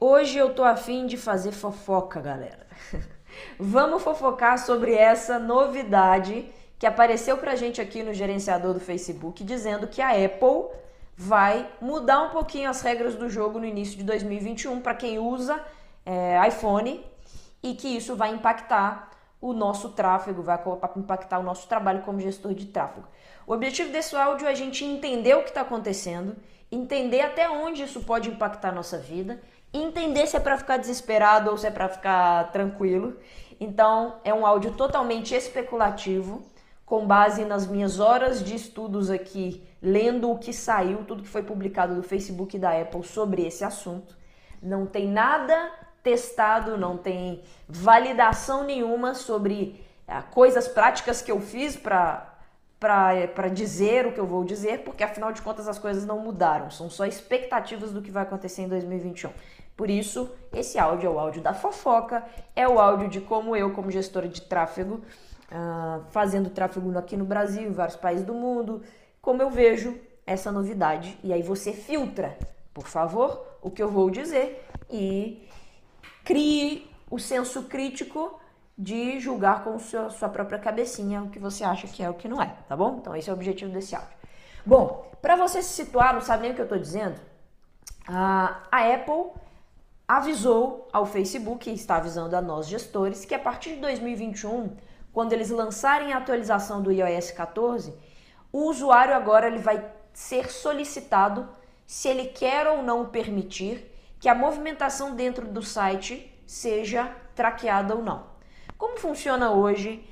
Hoje eu tô afim de fazer fofoca, galera. Vamos fofocar sobre essa novidade que apareceu pra gente aqui no gerenciador do Facebook, dizendo que a Apple vai mudar um pouquinho as regras do jogo no início de 2021 para quem usa iPhone, e que isso vai impactar o nosso tráfego, vai impactar o nosso trabalho como gestor de tráfego. O objetivo desse áudio é a gente entender o que está acontecendo, entender até onde isso pode impactar a nossa vida, entender se é para ficar desesperado ou se é para ficar tranquilo. Então, é um áudio totalmente especulativo, com base nas minhas horas de estudos aqui, lendo o que saiu, tudo que foi publicado do Facebook e da Apple sobre esse assunto. Não tem nada testado, não tem validação nenhuma sobre coisas práticas que eu fiz para dizer o que eu vou dizer, porque afinal de contas as coisas não mudaram, são só expectativas do que vai acontecer em 2021. Por isso, esse áudio é o áudio da fofoca, é o áudio de como eu, como gestora de tráfego, fazendo tráfego aqui no Brasil, em vários países do mundo, como eu vejo essa novidade. E aí você filtra, por favor, o que eu vou dizer e crie o senso crítico de julgar com sua própria cabecinha o que você acha que é o que não é, tá bom? Então esse é o objetivo desse áudio. Bom, para você se situar, não sabe nem o que eu tô dizendo, a Apple avisou ao Facebook, e está avisando a nós gestores, que a partir de 2021, quando eles lançarem a atualização do iOS 14, o usuário agora ele vai ser solicitado se ele quer ou não permitir que a movimentação dentro do site seja traqueada ou não. Como funciona hoje,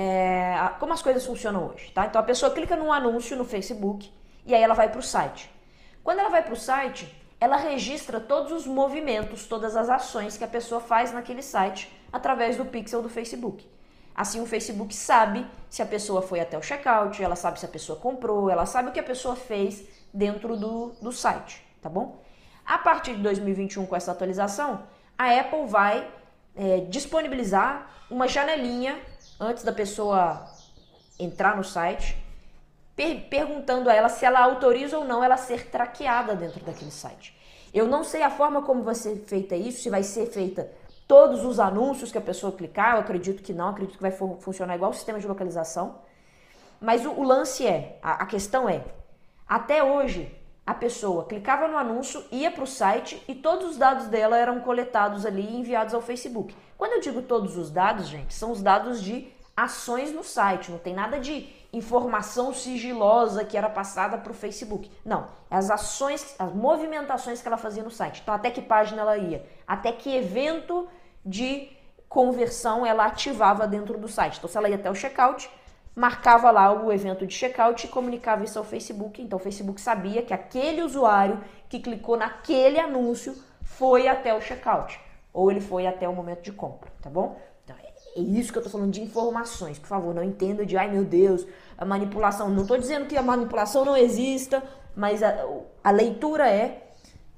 como as coisas funcionam hoje, tá? Então a pessoa clica num anúncio no Facebook e aí ela vai para o site. Quando ela vai para o site, ela registra todos os movimentos, todas as ações que a pessoa faz naquele site através do pixel do Facebook. Assim o Facebook sabe se a pessoa foi até o checkout, ela sabe se a pessoa comprou, ela sabe o que a pessoa fez dentro do site, tá bom? A partir de 2021, com essa atualização, a Apple vai disponibilizar uma janelinha antes da pessoa entrar no site, perguntando a ela se ela autoriza ou não ela ser traqueada dentro daquele site. Eu não sei a forma como vai ser feita isso, se vai ser feita todos os anúncios que a pessoa clicar, eu acredito que não, acredito que vai funcionar igual o sistema de localização. Mas o lance a questão é, até hoje, a pessoa clicava no anúncio, ia para o site e todos os dados dela eram coletados ali e enviados ao Facebook. Quando eu digo todos os dados, gente, são os dados de ações no site, não tem nada de informação sigilosa que era passada para o Facebook. Não, as ações, as movimentações que ela fazia no site. Então, até que página ela ia, até que evento de conversão ela ativava dentro do site. Então, se ela ia até o checkout, marcava lá o evento de checkout e comunicava isso ao Facebook. Então o Facebook sabia que aquele usuário que clicou naquele anúncio foi até o checkout, ou ele foi até o momento de compra, tá bom? Então é isso que eu tô falando de informações. Por favor, não entenda de, ai meu Deus, a manipulação. Não tô dizendo que a manipulação não exista, mas a leitura é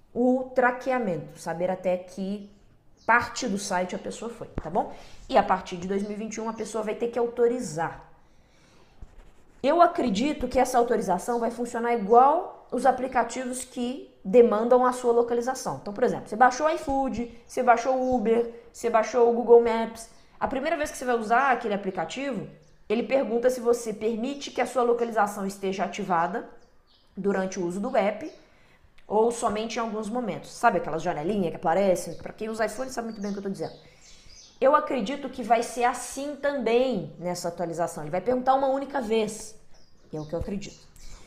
o traqueamento, saber até que parte do site a pessoa foi, tá bom? E a partir de 2021 a pessoa vai ter que autorizar. Eu acredito que essa autorização vai funcionar igual os aplicativos que demandam a sua localização. Então, por exemplo, você baixou o iFood, você baixou o Uber, você baixou o Google Maps. A primeira vez que você vai usar aquele aplicativo, ele pergunta se você permite que a sua localização esteja ativada durante o uso do app ou somente em alguns momentos. Sabe aquelas janelinhas que aparecem? Para quem usa iPhone sabe muito bem o que eu estou dizendo. Eu acredito que vai ser assim também nessa atualização. Ele vai perguntar uma única vez. É o que eu acredito.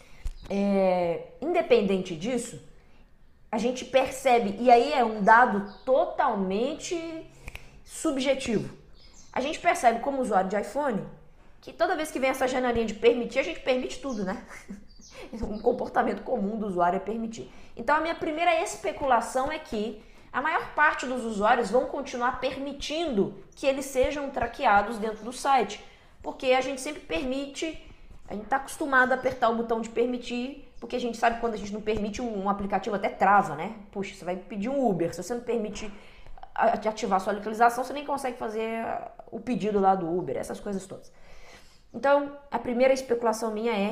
Independente disso, a gente percebe, e aí é um dado totalmente subjetivo. A gente percebe como usuário de iPhone que toda vez que vem essa janelinha de permitir, a gente permite tudo, né? Um comportamento comum do usuário é permitir. Então a minha primeira especulação é que a maior parte dos usuários vão continuar permitindo que eles sejam traqueados dentro do site, porque a gente sempre permite, a gente está acostumado a apertar o botão de permitir, porque a gente sabe que quando a gente não permite, um aplicativo até trava, né? Poxa, você vai pedir um Uber, se você não permite ativar sua localização, você nem consegue fazer o pedido lá do Uber, essas coisas todas. Então, a primeira especulação minha é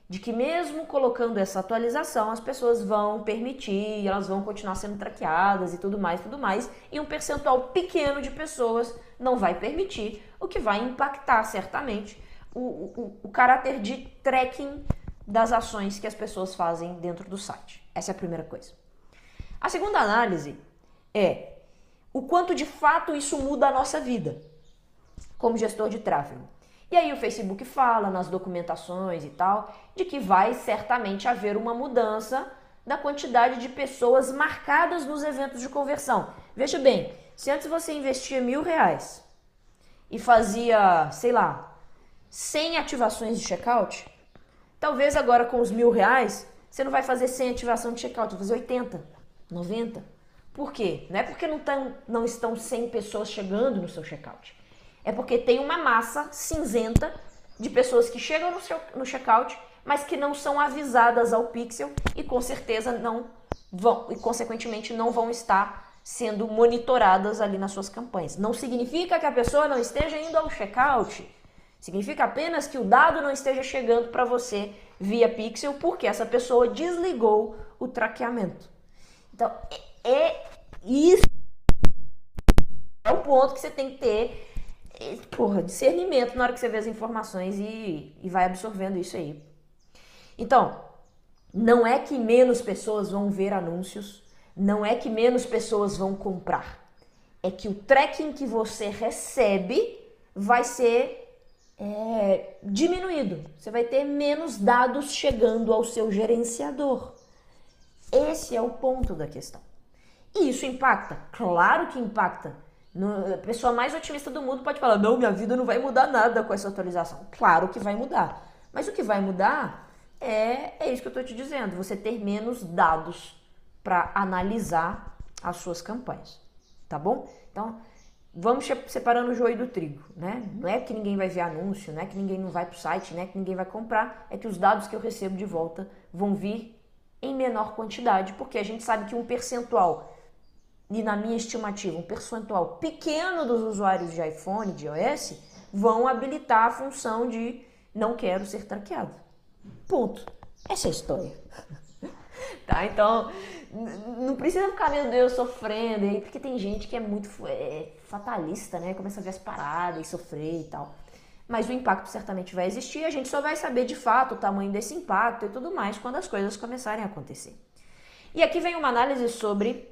de que mesmo colocando essa atualização, as pessoas vão permitir, elas vão continuar sendo traqueadas e tudo mais, e um percentual pequeno de pessoas não vai permitir, o que vai impactar certamente o caráter de tracking das ações que as pessoas fazem dentro do site. Essa é a primeira coisa. A segunda análise é o quanto de fato isso muda a nossa vida como gestor de tráfego. E aí o Facebook fala nas documentações e tal, de que vai certamente haver uma mudança da quantidade de pessoas marcadas nos eventos de conversão. Veja bem, se antes você investia R$1.000 e fazia, sei lá, 100 ativações de checkout, talvez agora com os R$1.000 você não vai fazer 100 ativação de checkout, vai fazer 80, 90. Por quê? Não é porque não estão 100 pessoas chegando no seu checkout. É porque tem uma massa cinzenta de pessoas que chegam no checkout, mas que não são avisadas ao pixel e com certeza não vão, e consequentemente não vão estar sendo monitoradas ali nas suas campanhas. Não significa que a pessoa não esteja indo ao checkout, significa apenas que o dado não esteja chegando para você via pixel porque essa pessoa desligou o traqueamento. Então, isso é o ponto que você tem que ter discernimento na hora que você vê as informações e vai absorvendo isso aí. Então, não é que menos pessoas vão ver anúncios, não é que menos pessoas vão comprar. É que o tracking que você recebe vai ser diminuído. Você vai ter menos dados chegando ao seu gerenciador. Esse é o ponto da questão. E isso impacta? Claro que impacta. A pessoa mais otimista do mundo pode falar, não, minha vida não vai mudar nada com essa atualização. Claro que vai mudar. Mas o que vai mudar é isso que eu estou te dizendo. Você ter menos dados para analisar as suas campanhas. Tá bom? Então, vamos separando o joio do trigo, né? Não é que ninguém vai ver anúncio, não é que ninguém não vai para o site, não é que ninguém vai comprar. É que os dados que eu recebo de volta vão vir em menor quantidade, porque a gente sabe que um percentual... E na minha estimativa, um percentual pequeno dos usuários de iPhone, de iOS, vão habilitar a função de não quero ser traqueado. Ponto. Essa é a história. Tá? Então, não precisa ficar, meu Deus, sofrendo aí, porque tem gente que é muito fatalista, né? Começa a ver as paradas e sofrer e tal. Mas o impacto certamente vai existir, a gente só vai saber de fato o tamanho desse impacto e tudo mais quando as coisas começarem a acontecer. E aqui vem uma análise sobre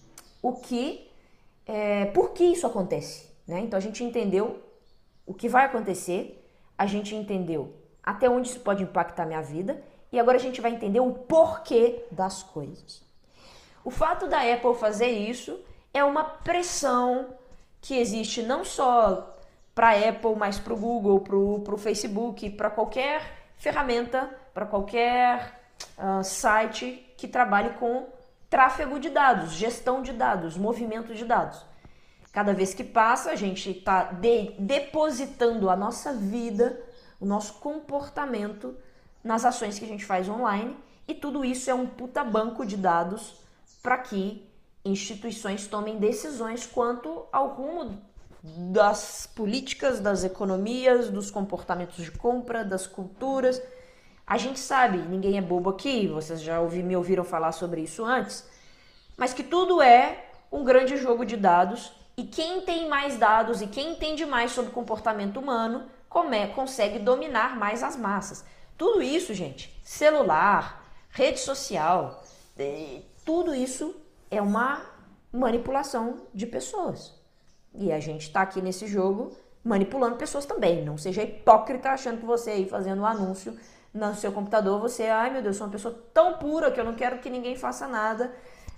por que isso acontece, né? Então a gente entendeu o que vai acontecer, a gente entendeu até onde isso pode impactar a minha vida e agora a gente vai entender o porquê das coisas. O fato da Apple fazer isso é uma pressão que existe não só para a Apple, mas para o Google, para o Facebook, para qualquer ferramenta, para qualquer site que trabalhe com tráfego de dados, gestão de dados, movimento de dados. Cada vez que passa, a gente está depositando a nossa vida, o nosso comportamento nas ações que a gente faz online e tudo isso é um puta banco de dados para que instituições tomem decisões quanto ao rumo das políticas, das economias, dos comportamentos de compra, das culturas. A gente sabe, ninguém é bobo aqui, vocês já me ouviram falar sobre isso antes, mas que tudo é um grande jogo de dados e quem tem mais dados e quem entende mais sobre comportamento humano consegue dominar mais as massas. Tudo isso, gente, celular, rede social, tudo isso é uma manipulação de pessoas. E a gente está aqui nesse jogo manipulando pessoas também. Não seja hipócrita achando que você aí fazendo um anúncio no seu computador, você, ai meu Deus, sou uma pessoa tão pura que eu não quero que ninguém faça nada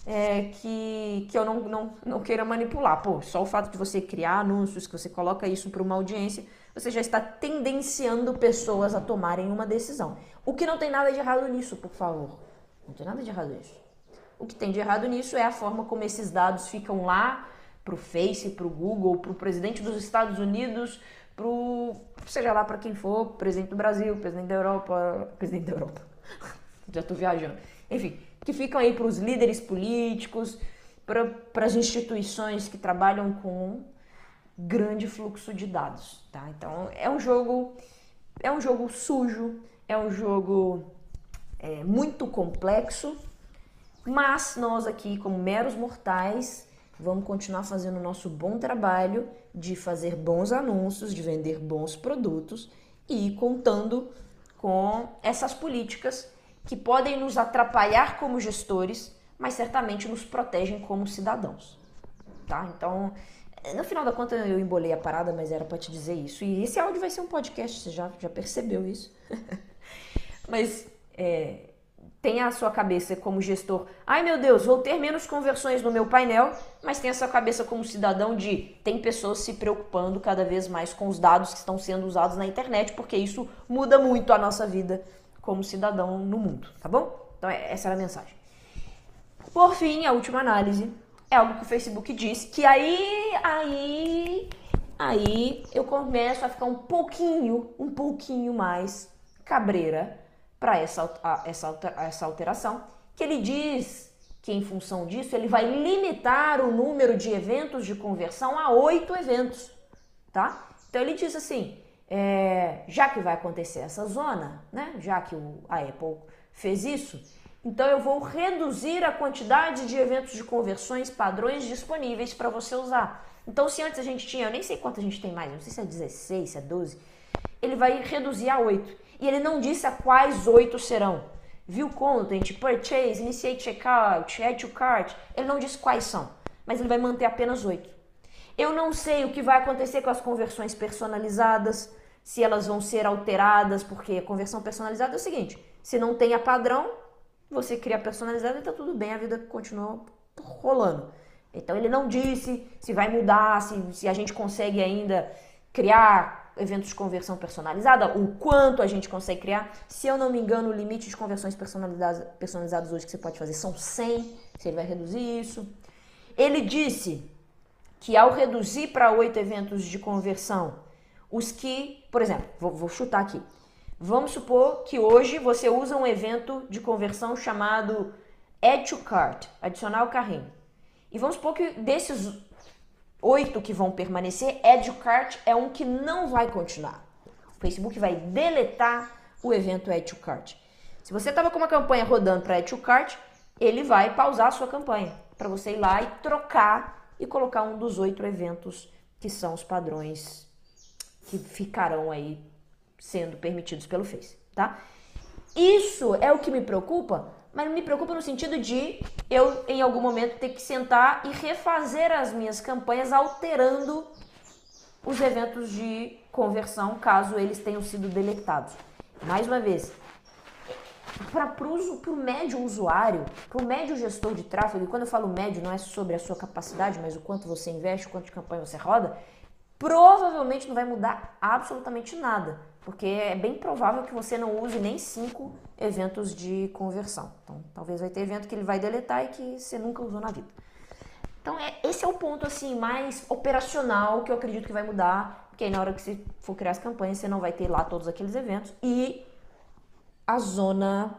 que eu não queira manipular. Pô, só o fato de você criar anúncios, que você coloca isso para uma audiência, você já está tendenciando pessoas a tomarem uma decisão. O que não tem nada de errado nisso, por favor. Não tem nada de errado nisso. O que tem de errado nisso é a forma como esses dados ficam lá pro Face, pro Google, pro presidente dos Estados Unidos, seja lá para quem for, presidente do Brasil, presidente da Europa, já tô viajando, enfim, que ficam aí para os líderes políticos, para as instituições que trabalham com grande fluxo de dados, tá? Então é um jogo sujo, é um jogo muito complexo, mas nós aqui, como meros mortais, vamos continuar fazendo o nosso bom trabalho de fazer bons anúncios, de vender bons produtos e contando com essas políticas que podem nos atrapalhar como gestores, mas certamente nos protegem como cidadãos, tá? Então, no final da conta eu embolei a parada, mas era para te dizer isso. E esse áudio vai ser um podcast, você já percebeu isso. Mas tenha a sua cabeça como gestor, ai meu Deus, vou ter menos conversões no meu painel, mas tenha a sua cabeça como cidadão de tem pessoas se preocupando cada vez mais com os dados que estão sendo usados na internet, porque isso muda muito a nossa vida como cidadão no mundo, tá bom? Então essa era a mensagem. Por fim, a última análise é algo que o Facebook disse, que aí eu começo a ficar um pouquinho mais cabreira para essa alteração, que ele diz que em função disso ele vai limitar o número de eventos de conversão a 8 eventos, tá? Então ele diz assim, já que vai acontecer essa zona, né? Já que a Apple fez isso, então eu vou reduzir a quantidade de eventos de conversões padrões disponíveis para você usar. Então se antes a gente tinha, eu nem sei quanto a gente tem mais, não sei se é 16, se é 12, ele vai reduzir a 8. E ele não disse a quais 8 serão. View Content, Purchase, Initiate Checkout, Add to Cart, ele não disse quais são, mas ele vai manter apenas 8. Eu não sei o que vai acontecer com as conversões personalizadas, se elas vão ser alteradas, porque a conversão personalizada é o seguinte, se não tem a padrão, você cria personalizada e tá tudo bem, a vida continua rolando. Então ele não disse se vai mudar, se a gente consegue ainda criar eventos de conversão personalizada, o quanto a gente consegue criar. Se eu não me engano, o limite de conversões personalizadas hoje que você pode fazer são 100, se ele vai reduzir isso. Ele disse que ao reduzir para 8 eventos de conversão, os que, por exemplo, vou chutar aqui, vamos supor que hoje você usa um evento de conversão chamado Add to Cart, adicionar ao carrinho. E vamos supor que desses 8 que vão permanecer, Add to Cart é um que não vai continuar. O Facebook vai deletar o evento Add to Cart. Se você estava com uma campanha rodando para Add to Cart, ele vai pausar a sua campanha para você ir lá e trocar e colocar um dos 8 eventos que são os padrões que ficarão aí sendo permitidos pelo Face, tá? Isso é o que me preocupa, mas me preocupa no sentido de eu, em algum momento, ter que sentar e refazer as minhas campanhas alterando os eventos de conversão, caso eles tenham sido deletados. Mais uma vez, para o médio usuário, para o médio gestor de tráfego, e quando eu falo médio, não é sobre a sua capacidade, mas o quanto você investe, o quanto de campanha você roda, provavelmente não vai mudar absolutamente nada, porque é bem provável que você não use nem 5 eventos de conversão. Então, talvez vai ter evento que ele vai deletar e que você nunca usou na vida. Então, esse é o ponto assim mais operacional que eu acredito que vai mudar, porque aí na hora que você for criar as campanhas, você não vai ter lá todos aqueles eventos. E a zona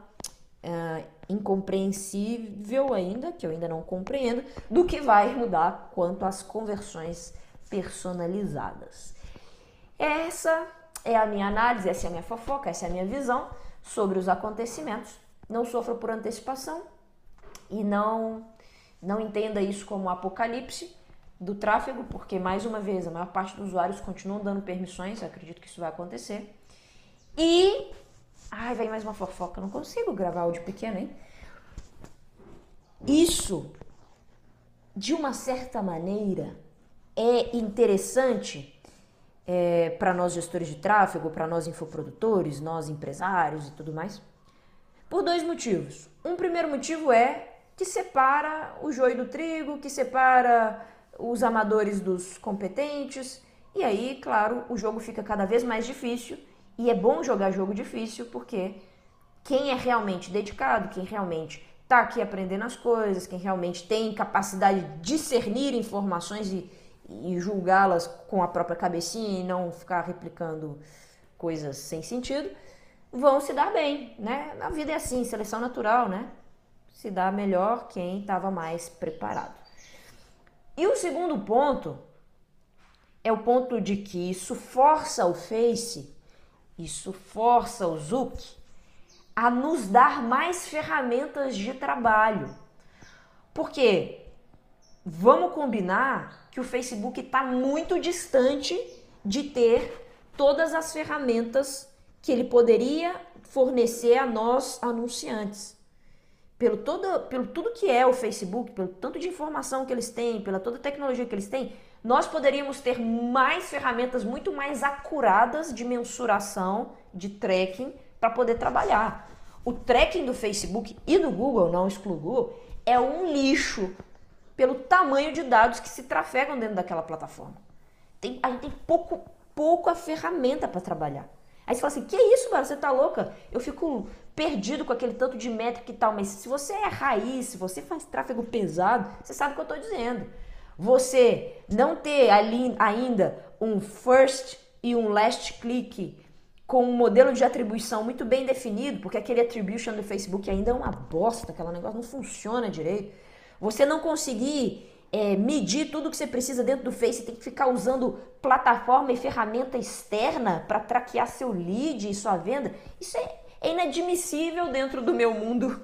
incompreensível ainda, que eu ainda não compreendo, do que vai mudar quanto às conversões personalizadas. Essa é a minha análise, essa é a minha fofoca, essa é a minha visão sobre os acontecimentos. Não sofra por antecipação e não entenda isso como apocalipse do tráfego, porque, mais uma vez, a maior parte dos usuários continuam dando permissões, eu acredito que isso vai acontecer. E... vem mais uma fofoca, não consigo gravar áudio pequeno, hein? Isso, de uma certa maneira, é interessante para nós gestores de tráfego, para nós infoprodutores, nós empresários e tudo mais, por 2 motivos. Um primeiro motivo é que separa o joio do trigo, que separa os amadores dos competentes, e aí, claro, o jogo fica cada vez mais difícil, e é bom jogar jogo difícil porque quem é realmente dedicado, quem realmente está aqui aprendendo as coisas, quem realmente tem capacidade de discernir informações e julgá-las com a própria cabecinha e não ficar replicando coisas sem sentido, vão se dar bem, né? A vida é assim, seleção natural, né? Se dá melhor quem estava mais preparado. E o segundo ponto é o ponto de que isso força o Face, isso força o Zuck a nos dar mais ferramentas de trabalho. Porque vamos combinar que o Facebook está muito distante de ter todas as ferramentas que ele poderia fornecer a nós anunciantes. Pelo tudo que é o Facebook, pelo tanto de informação que eles têm, pela toda a tecnologia que eles têm, nós poderíamos ter mais ferramentas muito mais acuradas de mensuração, de tracking, para poder trabalhar. O tracking do Facebook e do Google, não excluo o Google, é um lixo pelo tamanho de dados que se trafegam dentro daquela plataforma. A gente tem pouca ferramenta para trabalhar. Aí você fala assim, que isso, cara, você tá louca? Eu fico perdido com aquele tanto de métrica e tal, mas se você é raiz, se você faz tráfego pesado, você sabe o que eu tô dizendo. Você não ter ali ainda um first e um last click com um modelo de atribuição muito bem definido, porque aquele attribution do Facebook ainda é uma bosta, aquele negócio não funciona direito. Você não conseguir medir tudo que você precisa dentro do Face, tem que ficar usando plataforma e ferramenta externa para traquear seu lead e sua venda. Isso é inadmissível dentro do meu mundo,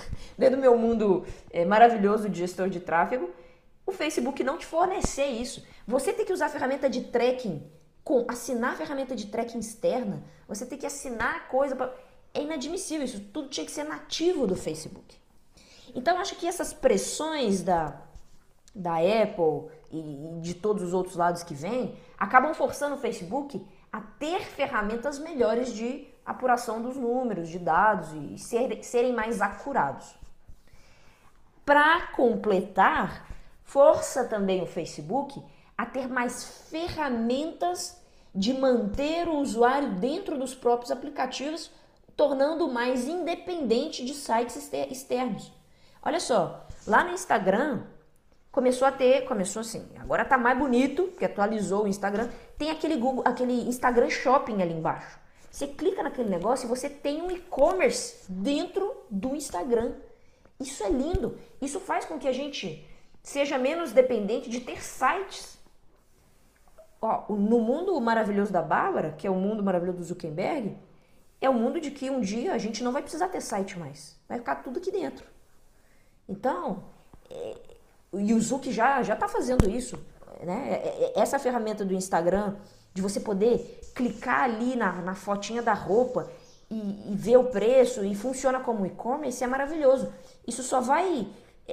maravilhoso de gestor de tráfego. O Facebook não te fornecer isso. Você tem que usar a ferramenta de tracking, assinar a ferramenta de tracking externa, você tem que assinar coisa para... É inadmissível, isso tudo tinha que ser nativo do Facebook. Então, eu acho que essas pressões da Apple e de todos os outros lados que vêm, acabam forçando o Facebook a ter ferramentas melhores de apuração dos números, de dados e serem mais acurados. Para completar, força também o Facebook a ter mais ferramentas de manter o usuário dentro dos próprios aplicativos, tornando mais independente de sites externos. Olha só, lá no Instagram começou assim, agora tá mais bonito, porque atualizou o Instagram, tem aquele Instagram Shopping ali embaixo. Você clica naquele negócio e você tem um e-commerce dentro do Instagram. Isso é lindo, isso faz com que a gente seja menos dependente de ter sites. Ó, no mundo maravilhoso da Bárbara, que é o mundo maravilhoso do Zuckerberg, é o mundo de que um dia a gente não vai precisar ter site mais. Vai ficar tudo aqui dentro. Então, e o Zuck já está fazendo isso, né? Essa ferramenta do Instagram, de você poder clicar ali na fotinha da roupa e ver o preço e funciona como e-commerce, é maravilhoso. Isso só vai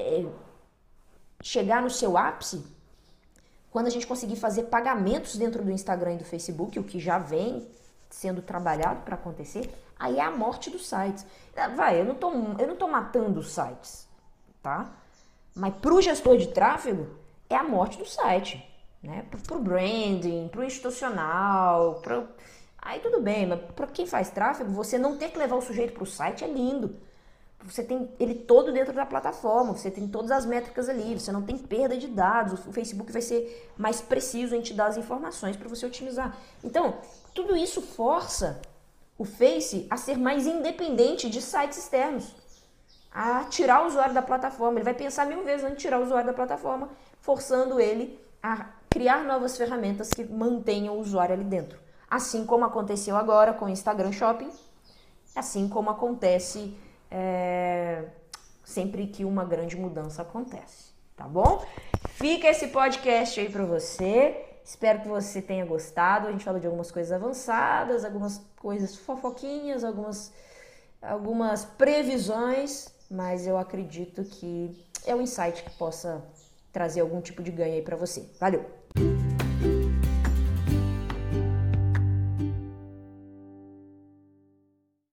chegar no seu ápice quando a gente conseguir fazer pagamentos dentro do Instagram e do Facebook, o que já vem sendo trabalhado para acontecer. Aí é a morte dos sites. Eu não tô matando os sites, tá? Mas para o gestor de tráfego é a morte do site, né? Para o branding, para o institucional, aí tudo bem, mas para quem faz tráfego, você não ter que levar o sujeito para o site é lindo. Você tem ele todo dentro da plataforma, você tem todas as métricas ali, você não tem perda de dados, o Facebook vai ser mais preciso em te dar as informações para você otimizar. Então, tudo isso força o Face a ser mais independente de sites externos, a tirar o usuário da plataforma. Ele vai pensar 1000 vezes antes de tirar o usuário da plataforma, forçando ele a criar novas ferramentas que mantenham o usuário ali dentro. Assim como aconteceu agora com o Instagram Shopping, assim como acontece sempre que uma grande mudança acontece, tá bom? Fica esse podcast aí pra você. Espero que você tenha gostado. A gente falou de algumas coisas avançadas, algumas coisas fofoquinhas, algumas previsões, mas eu acredito que é um insight que possa trazer algum tipo de ganho aí pra você. Valeu!